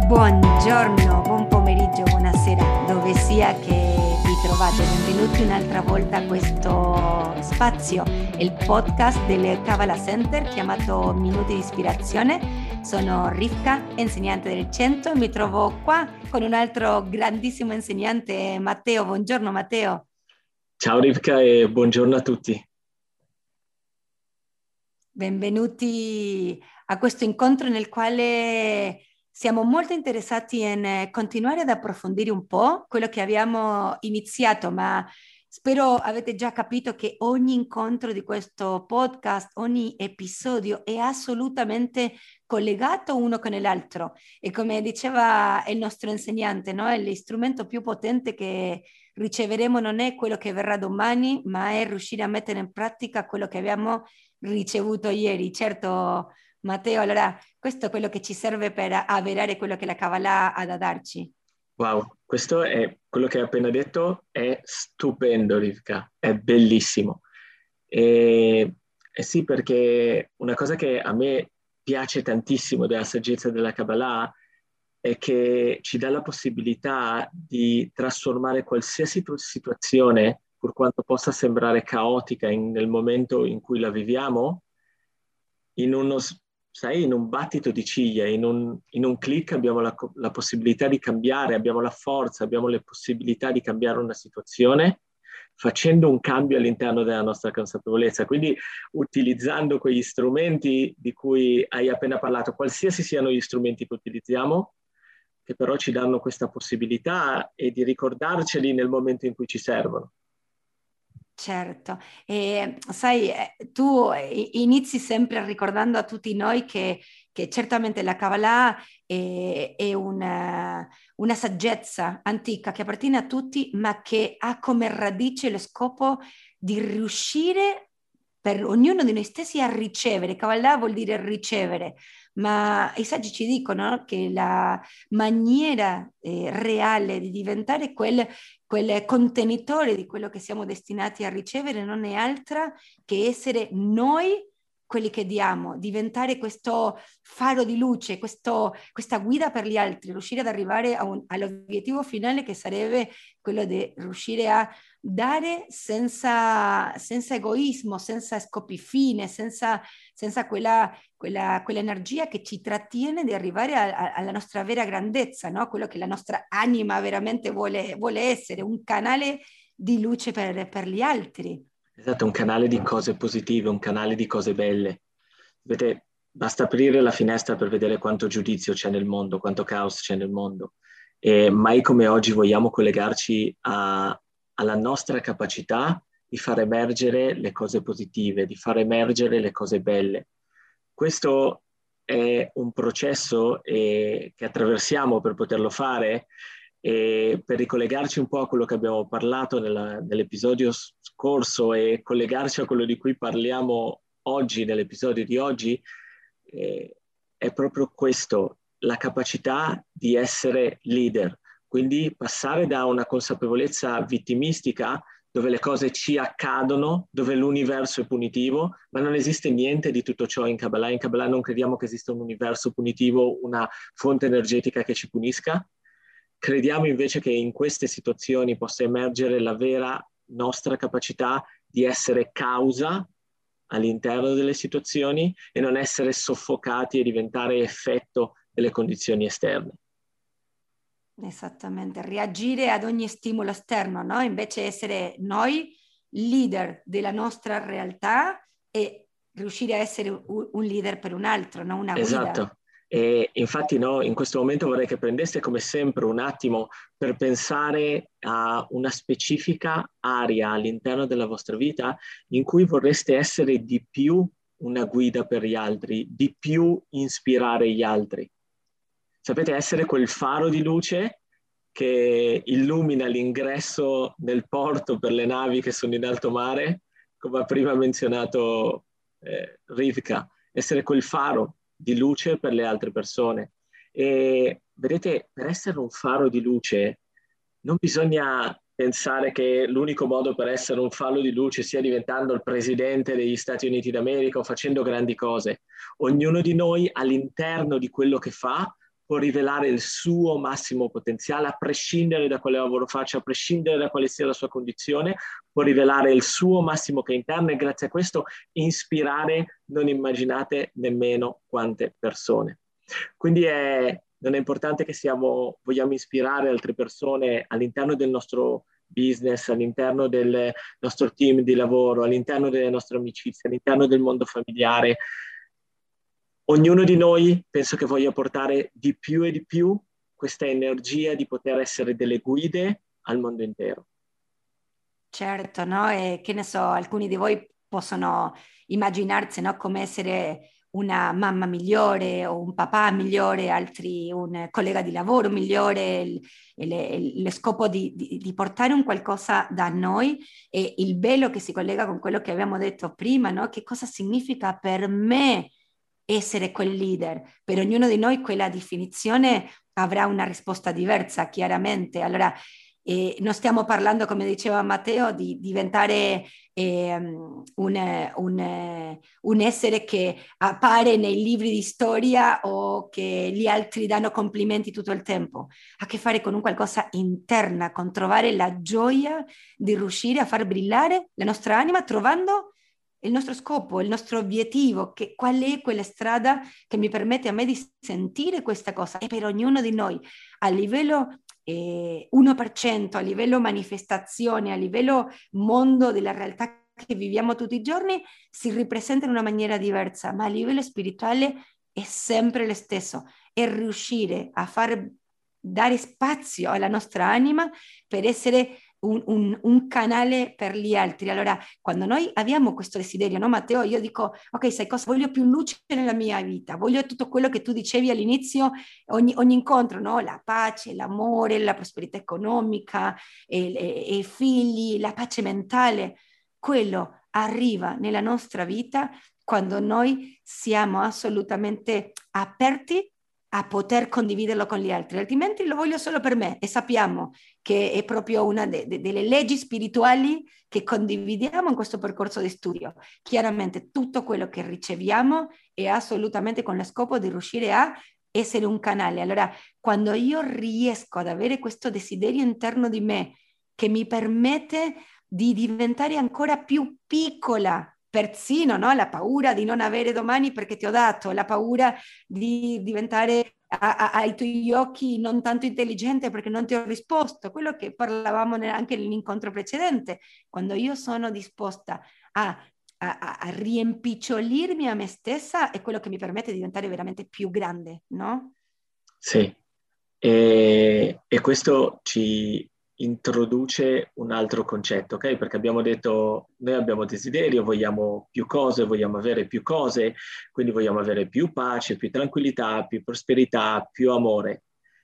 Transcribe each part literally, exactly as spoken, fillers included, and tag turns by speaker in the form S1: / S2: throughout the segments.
S1: Buongiorno, buon pomeriggio, buonasera, dove sia che vi trovate. Benvenuti un'altra volta a questo spazio, il podcast del Kabbalah Center chiamato Minuti di Ispirazione. Sono Rivka, insegnante del centro, e mi trovo qua con un altro grandissimo insegnante, Matteo. Buongiorno Matteo.
S2: Ciao Rivka e buongiorno a tutti.
S1: Benvenuti a questo incontro nel quale siamo molto interessati in continuare ad approfondire un po' quello che abbiamo iniziato, ma spero avete già capito che ogni incontro di questo podcast, ogni episodio è assolutamente collegato uno con l'altro. E come diceva il nostro insegnante, no? L'istrumento più potente che riceveremo non è quello che verrà domani, ma è riuscire a mettere in pratica quello che abbiamo ricevuto ieri. Certo, Matteo, allora questo è quello che ci serve per avverare quello che la Kabbalah ha da darci.
S2: Wow, questo è quello che hai appena detto, è stupendo Rivka, è bellissimo. E, e sì, perché una cosa che a me piace tantissimo della saggezza della Kabbalah è che ci dà la possibilità di trasformare qualsiasi situazione, pur quanto possa sembrare caotica in, nel momento in cui la viviamo, in uno, sai, in un battito di ciglia, in un, in un click abbiamo la, la possibilità di cambiare, abbiamo la forza, abbiamo le possibilità di cambiare una situazione facendo un cambio all'interno della nostra consapevolezza. Quindi utilizzando quegli strumenti di cui hai appena parlato, qualsiasi siano gli strumenti che utilizziamo, che però ci danno questa possibilità e di ricordarceli nel momento in cui ci servono.
S1: Certo, e sai, tu inizi sempre ricordando a tutti noi che, che certamente la Kabbalah è, è una, una saggezza antica che appartiene a tutti, ma che ha come radice lo scopo di riuscire per ognuno di noi stessi a ricevere. Kabbalah vuol dire ricevere, ma i saggi ci dicono che la maniera eh, reale di diventare quel quel contenitore di quello che siamo destinati a ricevere non è altra che essere noi quelli che diamo, diventare questo faro di luce, questo, questa guida per gli altri, riuscire ad arrivare a un, all'obiettivo finale che sarebbe quello di riuscire a dare senza, senza egoismo, senza scopi fine, senza, senza quella, quella, quell'energia che ci trattiene di arrivare a, a, alla nostra vera grandezza, no? Quello che la nostra anima veramente vuole, vuole essere, un canale di luce per, per gli altri.
S2: Esatto, un canale di cose positive, un canale di cose belle. Vedete, basta aprire la finestra per vedere quanto giudizio c'è nel mondo, quanto caos c'è nel mondo. E mai come oggi vogliamo collegarci a, alla nostra capacità di far emergere le cose positive, di far emergere le cose belle. Questo è un processo eh, che attraversiamo per poterlo fare. E per ricollegarci un po' a quello che abbiamo parlato nella, nell'episodio scorso e collegarci a quello di cui parliamo oggi, nell'episodio di oggi, eh, è proprio questo, la capacità di essere leader. Quindi passare da una consapevolezza vittimistica, dove le cose ci accadono, dove l'universo è punitivo, ma non esiste niente di tutto ciò in Kabbalah. In Kabbalah non crediamo che esista un universo punitivo, una fonte energetica che ci punisca. Crediamo invece che in queste situazioni possa emergere la vera nostra capacità di essere causa all'interno delle situazioni e non essere soffocati e diventare effetto delle condizioni esterne.
S1: Esattamente, reagire ad ogni stimolo esterno, no? Invece essere noi leader della nostra realtà e riuscire a essere un leader per un altro, no? Una guida.
S2: Esatto. E infatti no, in questo momento vorrei che prendeste come sempre un attimo per pensare a una specifica area all'interno della vostra vita in cui vorreste essere di più una guida per gli altri, di più ispirare gli altri. Sapete, essere quel faro di luce che illumina l'ingresso nel porto per le navi che sono in alto mare, come ha prima menzionato eh, Rivka, essere quel faro di luce per le altre persone. E vedete, per essere un faro di luce non bisogna pensare che l'unico modo per essere un faro di luce sia diventando il presidente degli Stati Uniti d'America o facendo grandi cose. Ognuno di noi all'interno di quello che fa può rivelare il suo massimo potenziale, a prescindere da quale lavoro faccia, a prescindere da quale sia la sua condizione, può rivelare il suo massimo che è interno e grazie a questo ispirare, non immaginate nemmeno quante persone. Quindi è, non è importante che siamo, vogliamo ispirare altre persone all'interno del nostro business, all'interno del nostro team di lavoro, all'interno delle nostre amicizie, all'interno del mondo familiare. Ognuno di noi penso che voglia portare di più e di più questa energia di poter essere delle guide al mondo intero.
S1: Certo, no? E che ne so, alcuni di voi possono immaginarsi, no, come essere una mamma migliore o un papà migliore, altri un collega di lavoro migliore, il, il, lo scopo di, di, di portare un qualcosa da noi e il bello che si collega con quello che abbiamo detto prima, no? Che cosa significa per me essere quel leader? Per ognuno di noi quella definizione avrà una risposta diversa, chiaramente. Allora, eh, non stiamo parlando, come diceva Matteo, di diventare eh, un, un, un essere che appare nei libri di storia o che gli altri danno complimenti tutto il tempo. Ha a che fare con un qualcosa interna, con trovare la gioia di riuscire a far brillare la nostra anima trovando il nostro scopo, il nostro obiettivo, che, qual è quella strada che mi permette a me di sentire questa cosa. E per ognuno di noi, a livello eh, uno per cento, a livello manifestazione, a livello mondo della realtà che viviamo tutti i giorni, si ripresenta in una maniera diversa, ma a livello spirituale è sempre lo stesso. È riuscire a far dare spazio alla nostra anima per essere Un, un, un canale per gli altri. Allora, quando noi abbiamo questo desiderio, no Matteo? Io dico, ok, sai cosa? Voglio più luce nella mia vita, voglio tutto quello che tu dicevi all'inizio, ogni, ogni incontro, no? La pace, l'amore, la prosperità economica, i figli, la pace mentale. Quello arriva nella nostra vita quando noi siamo assolutamente aperti a poter condividerlo con gli altri, altrimenti lo voglio solo per me e sappiamo che è proprio una de- de- delle leggi spirituali che condividiamo in questo percorso di studio. Chiaramente tutto quello che riceviamo è assolutamente con lo scopo di riuscire a essere un canale. Allora, quando io riesco ad avere questo desiderio interno di me che mi permette di diventare ancora più piccola, persino, no? La paura di non avere domani perché ti ho dato, la paura di diventare a, a, ai tuoi occhi non tanto intelligente perché non ti ho risposto, quello che parlavamo anche nell'incontro precedente, quando io sono disposta a, a, a riempicciolirmi a me stessa è quello che mi permette di diventare veramente più grande, no?
S2: Sì, e, e questo ci introduce un altro concetto, ok? Perché abbiamo detto, noi abbiamo desiderio, vogliamo più cose, vogliamo avere più cose, quindi vogliamo avere più pace, più tranquillità, più prosperità, più amore.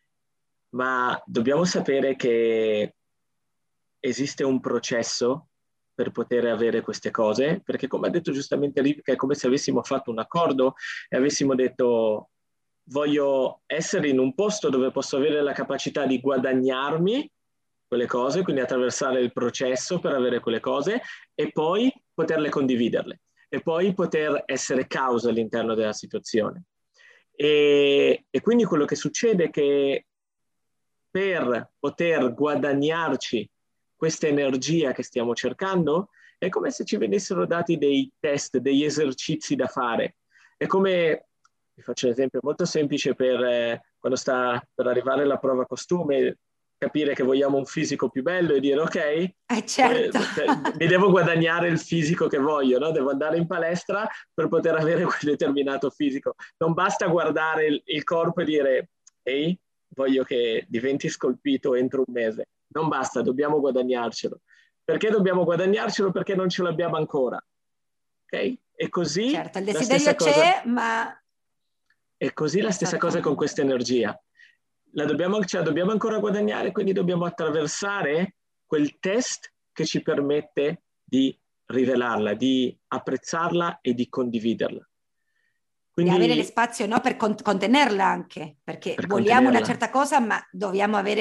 S2: Ma dobbiamo sapere che esiste un processo per poter avere queste cose, perché come ha detto giustamente Rivka, è come se avessimo fatto un accordo e avessimo detto voglio essere in un posto dove posso avere la capacità di guadagnarmi quelle cose, quindi attraversare il processo per avere quelle cose e poi poterle condividerle e poi poter essere causa all'interno della situazione. E, e quindi quello che succede è che per poter guadagnarci questa energia che stiamo cercando, è come se ci venissero dati dei test, degli esercizi da fare. È come, vi faccio un esempio molto semplice, per eh, quando sta per arrivare la prova costume, capire che vogliamo un fisico più bello e dire ok,
S1: Eh certo.
S2: mi devo guadagnare il fisico che voglio, no? Devo andare in palestra per poter avere quel determinato fisico. Non basta guardare il, il corpo e dire ehi, voglio che diventi scolpito entro un mese. Non basta, dobbiamo guadagnarcelo. Perché dobbiamo guadagnarcelo? Perché non ce l'abbiamo ancora. Ok? E così
S1: Certo, il
S2: la stessa
S1: desiderio
S2: cosa.
S1: c'è, ma...
S2: E così la stessa cosa con questa energia. La dobbiamo, ce la dobbiamo ancora guadagnare, quindi dobbiamo attraversare quel test che ci permette di rivelarla, di apprezzarla e di condividerla.
S1: Di avere lo
S2: Quindi,
S1: spazio, no? Per con- contenerla anche, perché
S2: per
S1: vogliamo una
S2: contenerla.
S1: certa cosa, ma dobbiamo avere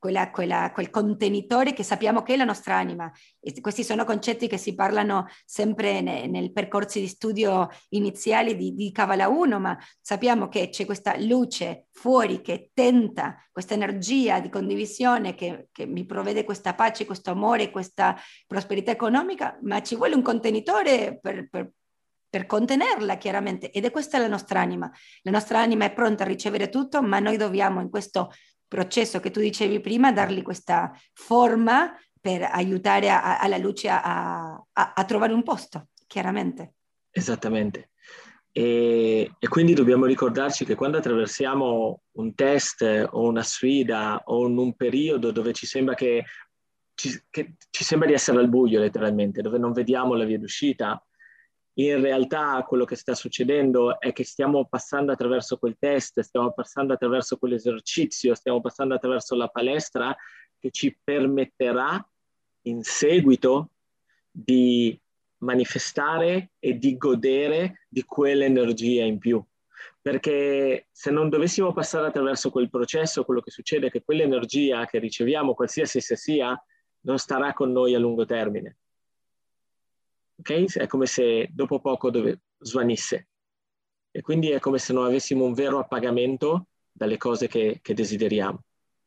S1: quella, quella, quel contenitore che sappiamo che è la nostra anima. E questi sono concetti che si parlano sempre ne, nel percorso di studio iniziali di, di Kabbalah uno, ma sappiamo che c'è questa luce fuori che tenta, questa energia di condivisione che, che mi provvede questa pace, questo amore, questa prosperità economica, ma ci vuole un contenitore per, per per contenerla chiaramente, ed è questa la nostra anima. La nostra anima è pronta a ricevere tutto, ma noi dobbiamo in questo processo che tu dicevi prima dargli questa forma per aiutare a, a, alla luce a, a, a trovare un posto, chiaramente.
S2: Esattamente. E, e quindi dobbiamo ricordarci che quando attraversiamo un test o una sfida o un, un periodo dove ci sembra che ci, che ci sembra di essere al buio letteralmente, dove non vediamo la via d'uscita, in realtà quello che sta succedendo è che stiamo passando attraverso quel test, stiamo passando attraverso quell'esercizio, stiamo passando attraverso la palestra che ci permetterà in seguito di manifestare e di godere di quell'energia in più. Perché se non dovessimo passare attraverso quel processo, quello che succede è che quell'energia che riceviamo, qualsiasi essa sia, non starà con noi a lungo termine. Okay? È come se dopo poco dove svanisse. E quindi è come se non avessimo un vero appagamento dalle cose che, che desideriamo.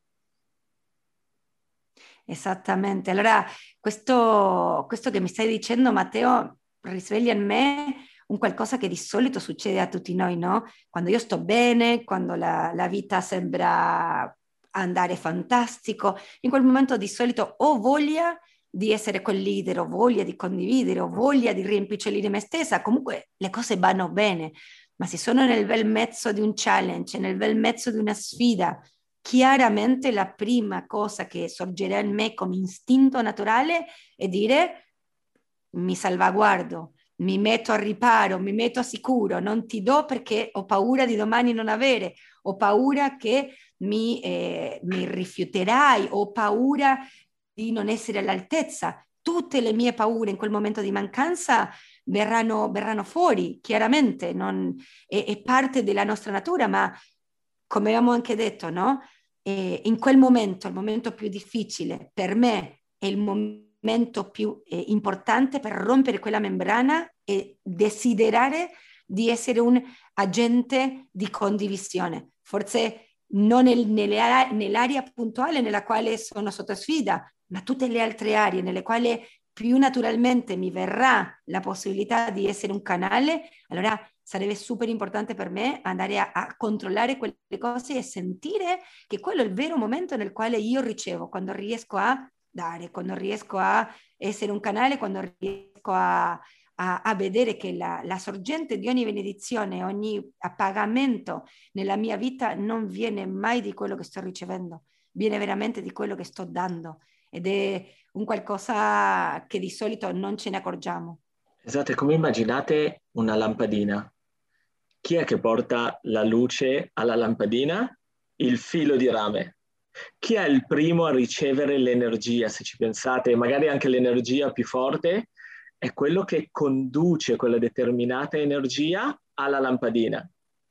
S1: Esattamente. Allora, questo, questo che mi stai dicendo, Matteo, risveglia in me un qualcosa che di solito succede a tutti noi, no? Quando io sto bene, quando la, la vita sembra andare fantastico, in quel momento di solito ho voglia di essere quel leader, ho voglia di condividere, ho voglia di rimpicciolire me stessa, comunque le cose vanno bene, ma se sono nel bel mezzo di un challenge, nel bel mezzo di una sfida, chiaramente la prima cosa che sorgerà in me come istinto naturale è dire mi salvaguardo, mi metto al riparo, mi metto a sicuro, non ti do perché ho paura di domani non avere, ho paura che mi, eh, mi rifiuterai, ho paura di non essere all'altezza. Tutte le mie paure in quel momento di mancanza verranno, verranno fuori, chiaramente, non, è, è parte della nostra natura, ma come abbiamo anche detto, no? E in quel momento, il momento più difficile per me è il momento più eh, importante per rompere quella membrana e desiderare di essere un agente di condivisione. Forse non nel, nelle, nell'area puntuale nella quale sono sotto sfida, ma tutte le altre aree nelle quali più naturalmente mi verrà la possibilità di essere un canale, allora sarebbe super importante per me andare a, a controllare quelle cose e sentire che quello è il vero momento nel quale io ricevo, quando riesco a dare, quando riesco a essere un canale, quando riesco a, a, a vedere che la, la sorgente di ogni benedizione, ogni appagamento nella mia vita non viene mai di quello che sto ricevendo, viene veramente di quello che sto dando, ed è un qualcosa che di solito non ce ne accorgiamo.
S2: Esatto, è come immaginate una lampadina. Chi è che porta la luce alla lampadina? Il filo di rame. Chi è il primo a ricevere l'energia? Se ci pensate, magari anche l'energia più forte, è quello che conduce quella determinata energia alla lampadina.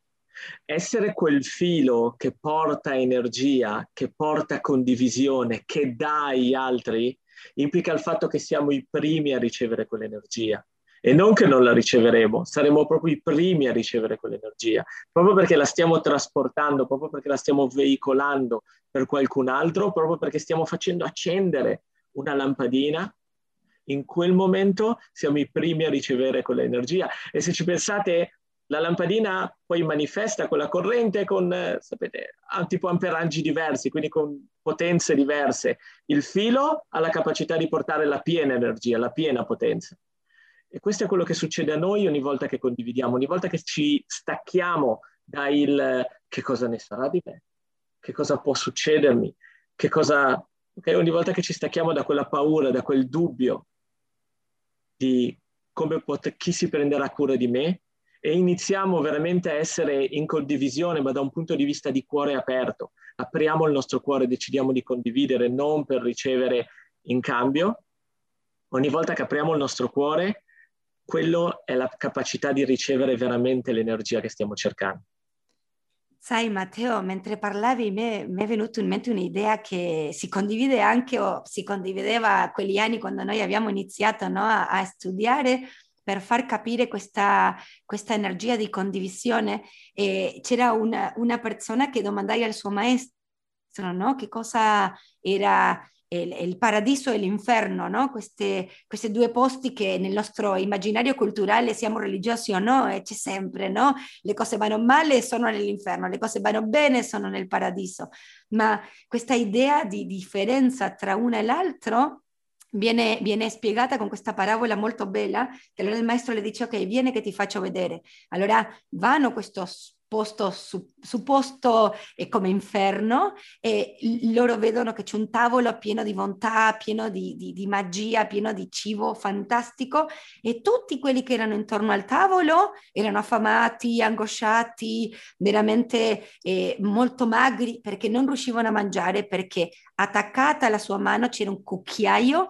S2: Essere quel filo che porta energia, che porta condivisione, che dà agli altri, implica il fatto che siamo i primi a ricevere quell'energia. E non che non la riceveremo, saremo proprio i primi a ricevere quell'energia, proprio perché la stiamo trasportando, proprio perché la stiamo veicolando per qualcun altro, proprio perché stiamo facendo accendere una lampadina. In quel momento siamo i primi a ricevere quell'energia. E se ci pensate, la lampadina poi manifesta quella corrente con, eh, sapete, tipo amperaggi diversi, quindi con potenze diverse. Il filo ha la capacità di portare la piena energia, la piena potenza. E questo è quello che succede a noi ogni volta che condividiamo, ogni volta che ci stacchiamo da il che cosa ne sarà di me, che cosa può succedermi, che cosa, okay? Ogni volta che ci stacchiamo da quella paura, da quel dubbio di come pot- chi si prenderà cura di me, e iniziamo veramente a essere in condivisione, ma da un punto di vista di cuore aperto. Apriamo il nostro cuore, decidiamo di condividere non per ricevere in cambio. Ogni volta che apriamo il nostro cuore, quello è la capacità di ricevere veramente l'energia che stiamo cercando.
S1: Sai Matteo, mentre parlavi mi mi è venuto in mente un'idea che si condivide anche o si condivideva quegli anni quando noi abbiamo iniziato, no, a, a studiare per far capire questa, questa energia di condivisione. E c'era una, una persona che domandai al suo maestro, no, che cosa era il, il paradiso e l'inferno, no? Queste, questi due posti che nel nostro immaginario culturale, siamo religiosi o no, e c'è sempre, no? Le cose vanno male sono nell'inferno, le cose vanno bene sono nel paradiso, ma questa idea di differenza tra uno e l'altro viene, viene spiegata con questa parabola molto bella, che allora il maestro le dice, ok, vieni che ti faccio vedere. Allora vanno a questo posto su, supposto eh, come inferno, e loro vedono che c'è un tavolo pieno di bontà, pieno di, di, di magia, pieno di cibo fantastico, e tutti quelli che erano intorno al tavolo erano affamati, angosciati, veramente eh, molto magri perché non riuscivano a mangiare, perché attaccata alla sua mano c'era un cucchiaio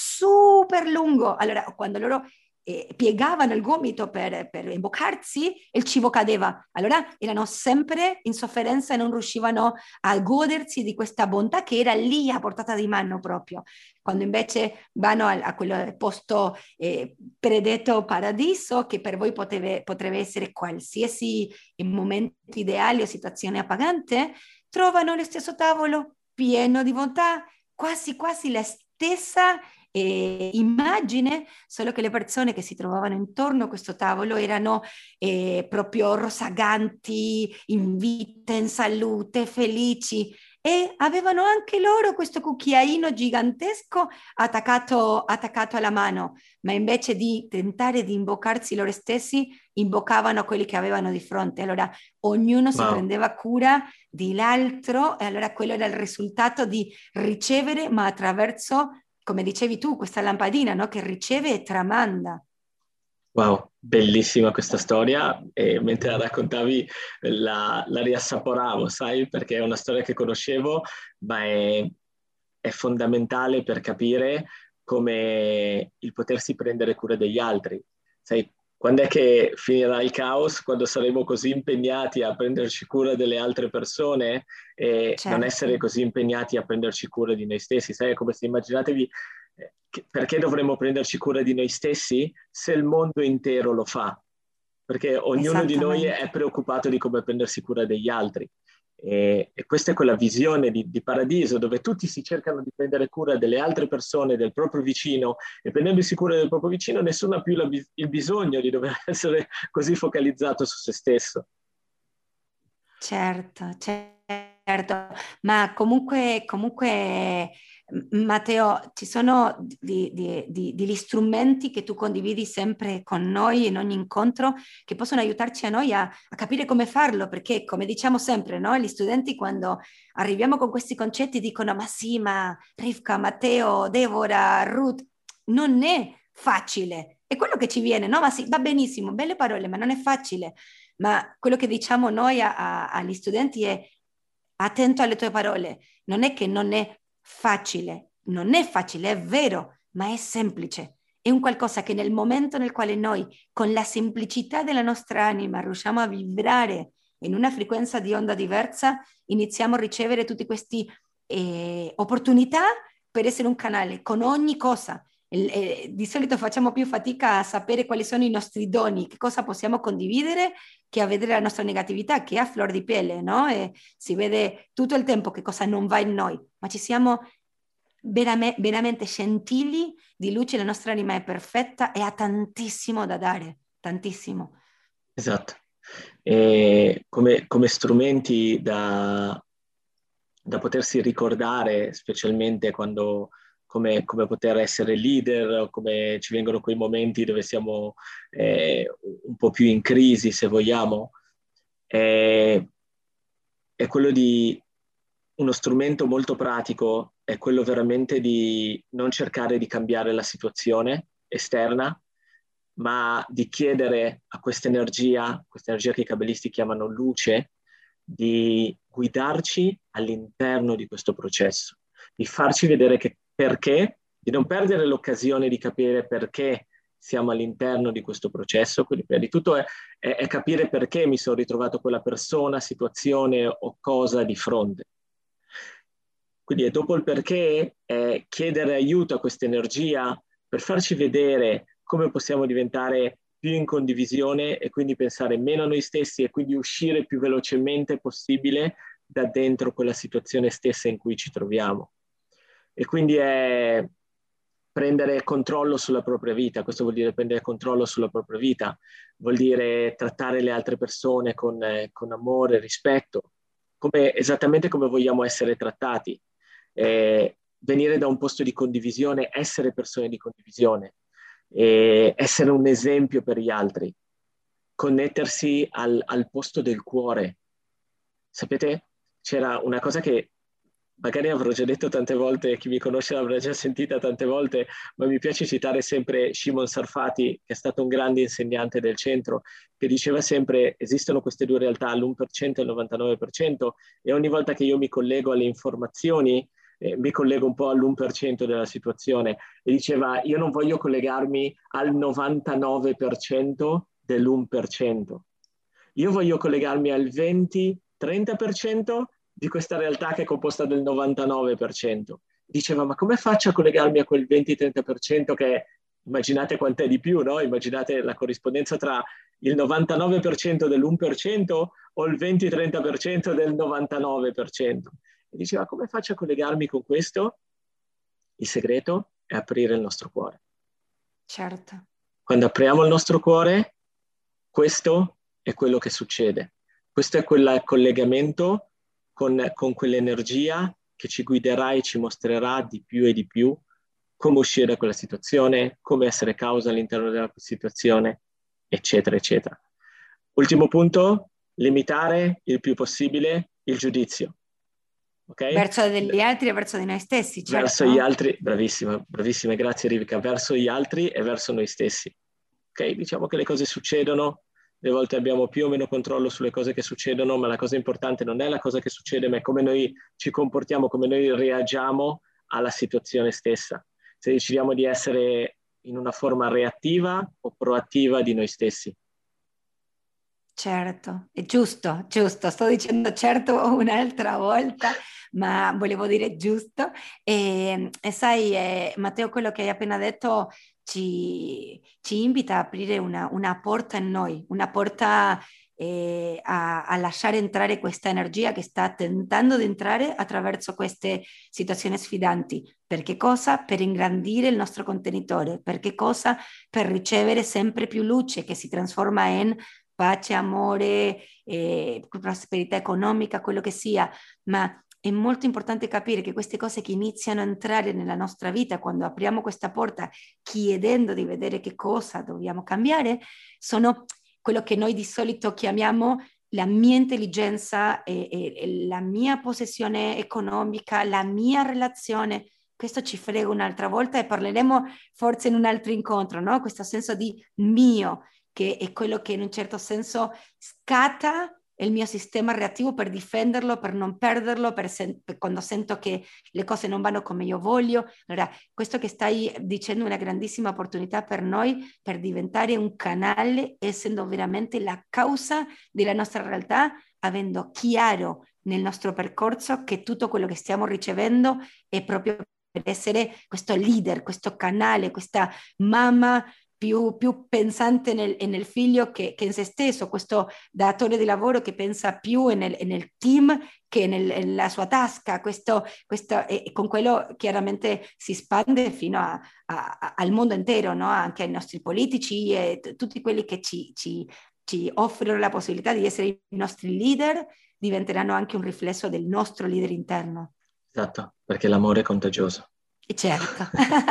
S1: super lungo. Allora, quando loro eh, piegavano il gomito per, per imboccarsi, il cibo cadeva. Allora erano sempre in sofferenza e non riuscivano a godersi di questa bontà che era lì a portata di mano proprio. Quando invece vanno a, a quel posto eh, predetto paradiso, che per voi poteve, potrebbe essere qualsiasi momento ideale o situazione appagante, trovano lo stesso tavolo pieno di bontà, quasi quasi la stessa eh, immagine, solo che le persone che si trovavano intorno a questo tavolo erano eh, proprio rosaganti, in vita, in salute, felici, e avevano anche loro questo cucchiaino gigantesco attaccato, attaccato alla mano, ma invece di tentare di imboccarsi loro stessi, imboccavano quelli che avevano di fronte. Allora ognuno si
S2: Wow.
S1: prendeva cura di l'altro, e allora quello era il risultato di ricevere, ma attraverso, come dicevi tu, questa lampadina, no? Che riceve e tramanda.
S2: Wow, bellissima questa storia e mentre la raccontavi la, la riassaporavo, sai, perché è una storia che conoscevo, ma è, è fondamentale per capire come il potersi prendere cura degli altri. Sai, quando è che finirà il caos? Quando saremo così impegnati a prenderci cura delle altre persone e non
S1: Certo,
S2: essere così impegnati a prenderci cura di noi stessi. Sai, è come se immaginatevi eh, che- perché dovremmo prenderci cura di noi stessi se il mondo intero lo fa? Perché ognuno di noi è
S1: esattamente.
S2: preoccupato di come prendersi cura degli altri. E, e questa è quella visione di, di paradiso dove tutti si cercano di prendere cura delle altre persone, del proprio vicino, e prendendosi cura del proprio vicino nessuno ha più la, il bisogno di dover essere così focalizzato su se stesso.
S1: Certo, certo, ma comunque, comunque m- Matteo, ci sono di- di- di- degli strumenti che tu condividi sempre con noi in ogni incontro, che possono aiutarci a noi a, a capire come farlo, perché come diciamo sempre, no? Gli studenti quando arriviamo con questi concetti dicono, ma sì, ma Rivka, Matteo, Deborah, Ruth, non è facile. È quello che ci viene, no? Ma sì, va benissimo, belle parole, ma non è facile. Ma quello che diciamo noi a- a- agli studenti è attento alle tue parole, non è che non è facile, non è facile, è vero, ma è semplice. È un qualcosa che nel momento nel quale noi, con la semplicità della nostra anima, riusciamo a vibrare in una frequenza di onda diversa, iniziamo a ricevere tutte queste eh, opportunità per essere un canale con ogni cosa. Il- eh, di solito facciamo più fatica a sapere quali sono i nostri doni, che cosa possiamo condividere, che a vedere la nostra negatività, che è a flor di pelle, no? E si vede tutto il tempo che cosa non va in noi, ma ci siamo verame- veramente scintille di luce, la nostra anima è perfetta e ha tantissimo da dare, tantissimo.
S2: Esatto. E come, come strumenti da, da potersi ricordare, specialmente quando come, come poter essere leader, o come ci vengono quei momenti dove siamo eh, un po' più in crisi, se vogliamo, è, è quello di uno strumento molto pratico, è quello veramente di non cercare di cambiare la situazione esterna, ma di chiedere a questa energia, questa energia che i cabalisti chiamano luce, di guidarci all'interno di questo processo, di farci vedere che perché, di non perdere l'occasione di capire perché siamo all'interno di questo processo. Quindi prima di tutto è, è, è capire perché mi sono ritrovato quella persona, situazione o cosa di fronte. Quindi è dopo il perché è chiedere aiuto a questa energia per farci vedere come possiamo diventare più in condivisione e quindi pensare meno a noi stessi e quindi uscire più velocemente possibile da dentro quella situazione stessa in cui ci troviamo. E quindi è prendere controllo sulla propria vita. Questo vuol dire prendere controllo sulla propria vita, vuol dire trattare le altre persone con, eh, con amore, rispetto, come, esattamente come vogliamo essere trattati. Eh, venire da un posto di condivisione, essere persone di condivisione, eh, essere un esempio per gli altri, connettersi al, al posto del cuore. Sapete, c'era una cosa che magari avrò già detto tante volte, chi mi conosce l'avrà già sentita tante volte, ma mi piace citare sempre Shimon Sarfati, che è stato un grande insegnante del centro, che diceva sempre esistono queste due realtà, l'uno per cento e il novantanove per cento, e ogni volta che io mi collego alle informazioni, eh, mi collego un po' all'uno per cento della situazione, e diceva io non voglio collegarmi al novantanove per cento dell'uno per cento, io voglio collegarmi al venti trenta per cento di questa realtà che è composta del novantanove per cento. Diceva, ma come faccio a collegarmi a quel venti trenta per cento che, immaginate quant'è di più, no? Immaginate la corrispondenza tra il novantanove per cento dell'uno per cento o il venti trenta per cento del novantanove per cento. E diceva, come faccio a collegarmi con questo? Il segreto è aprire il nostro cuore.
S1: Certo.
S2: Quando apriamo il nostro cuore, questo è quello che succede. Questo è quel collegamento con, con quell'energia che ci guiderà e ci mostrerà di più e di più come uscire da quella situazione, come essere causa all'interno della situazione, eccetera, eccetera. Ultimo punto, limitare il più possibile il giudizio. Okay?
S1: Verso degli altri e verso di noi stessi, certo.
S2: Verso gli altri, bravissima, bravissima, grazie Rivica, verso gli altri e verso noi stessi. Ok? Diciamo che le cose succedono, le volte abbiamo più o meno controllo sulle cose che succedono, ma la cosa importante non è la cosa che succede, ma è come noi ci comportiamo, come noi reagiamo alla situazione stessa. Se decidiamo di essere in una forma reattiva o proattiva di noi stessi.
S1: Certo, è giusto, giusto, sto dicendo certo un'altra volta, ma volevo dire giusto. E, e sai, eh, Matteo, quello che hai appena detto ci, ci invita a aprire una, una porta in noi, una porta eh, a, a lasciare entrare questa energia che sta tentando di entrare attraverso queste situazioni sfidanti. Per che cosa? Per ingrandire il nostro contenitore. Per che cosa? Per ricevere sempre più luce che si trasforma in pace, amore, eh, prosperità economica, quello che sia, ma è molto importante capire che queste cose che iniziano a entrare nella nostra vita quando apriamo questa porta chiedendo di vedere che cosa dobbiamo cambiare, sono quello che noi di solito chiamiamo la mia intelligenza e, e, e la mia possessione economica, la mia relazione. Questo ci frega un'altra volta e parleremo forse in un altro incontro, no? Questo senso di mio, che è quello che in un certo senso scatta il mio sistema reattivo per difenderlo, per non perderlo, per sen- per quando sento che le cose non vanno come io voglio. Allora, questo che stai dicendo è una grandissima opportunità per noi per diventare un canale, essendo veramente la causa della nostra realtà, avendo chiaro nel nostro percorso che tutto quello che stiamo ricevendo è proprio per essere questo leader, questo canale, questa mamma più, più pensante nel, nel figlio che, che in se stesso, questo datore di lavoro che pensa più nel, nel team che nel, nella sua tasca, questo, questo, e con quello chiaramente si espande fino a, a, al mondo intero, no? Anche ai nostri politici e t- tutti quelli che ci, ci, ci offrono la possibilità di essere i nostri leader diventeranno anche un riflesso del nostro leader interno.
S2: Esatto, perché l'amore è contagioso.
S1: Certo,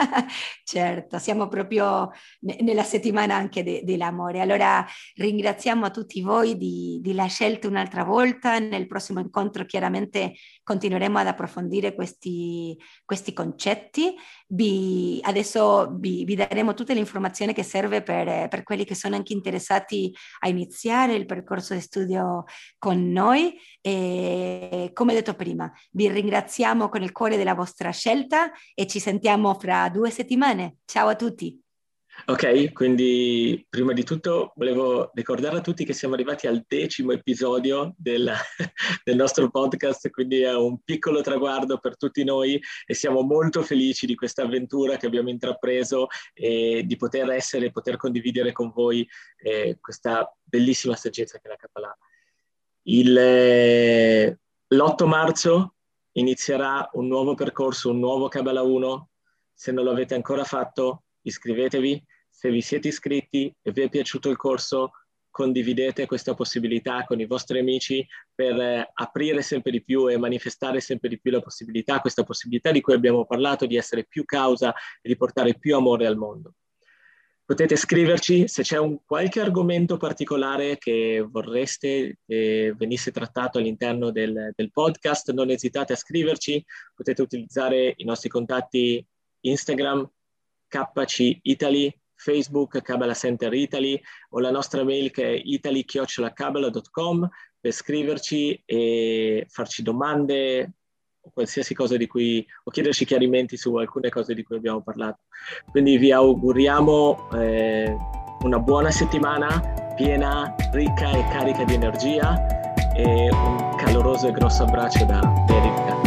S1: certo, siamo proprio nella settimana anche de- dell'amore. Allora ringraziamo a tutti voi di, di la scelta un'altra volta. Nel prossimo incontro chiaramente continueremo ad approfondire questi, questi concetti. Vi, adesso vi, vi daremo tutte le informazioni che serve per, per quelli che sono anche interessati a iniziare il percorso di studio con noi. E come detto prima, vi ringraziamo con il cuore della vostra scelta e ci sentiamo fra due settimane. Ciao a tutti.
S2: Ok, quindi prima di tutto volevo ricordare a tutti che siamo arrivati al decimo episodio del, del nostro podcast, quindi è un piccolo traguardo per tutti noi e siamo molto felici di questa avventura che abbiamo intrapreso e di poter essere, poter condividere con voi eh, questa bellissima saggezza che è la Kabbalah. Il, eh, l'otto marzo inizierà un nuovo percorso, un nuovo Kabbalah uno. Se non lo avete ancora fatto, iscrivetevi. Se vi siete iscritti e vi è piaciuto il corso, condividete questa possibilità con i vostri amici per eh, aprire sempre di più e manifestare sempre di più la possibilità, questa possibilità di cui abbiamo parlato, di essere più causa e di portare più amore al mondo. Potete scriverci se c'è un qualche argomento particolare che vorreste che venisse trattato all'interno del, del podcast, non esitate a scriverci, potete utilizzare i nostri contatti Instagram, K C Italy, Facebook, Kabbalah Center Italy, o la nostra mail che è italy chiocciola kabbalah punto com per scriverci e farci domande o qualsiasi cosa di cui, o chiederci chiarimenti su alcune cose di cui abbiamo parlato. Quindi vi auguriamo eh, una buona settimana piena, ricca e carica di energia e un caloroso e grosso abbraccio da Erika.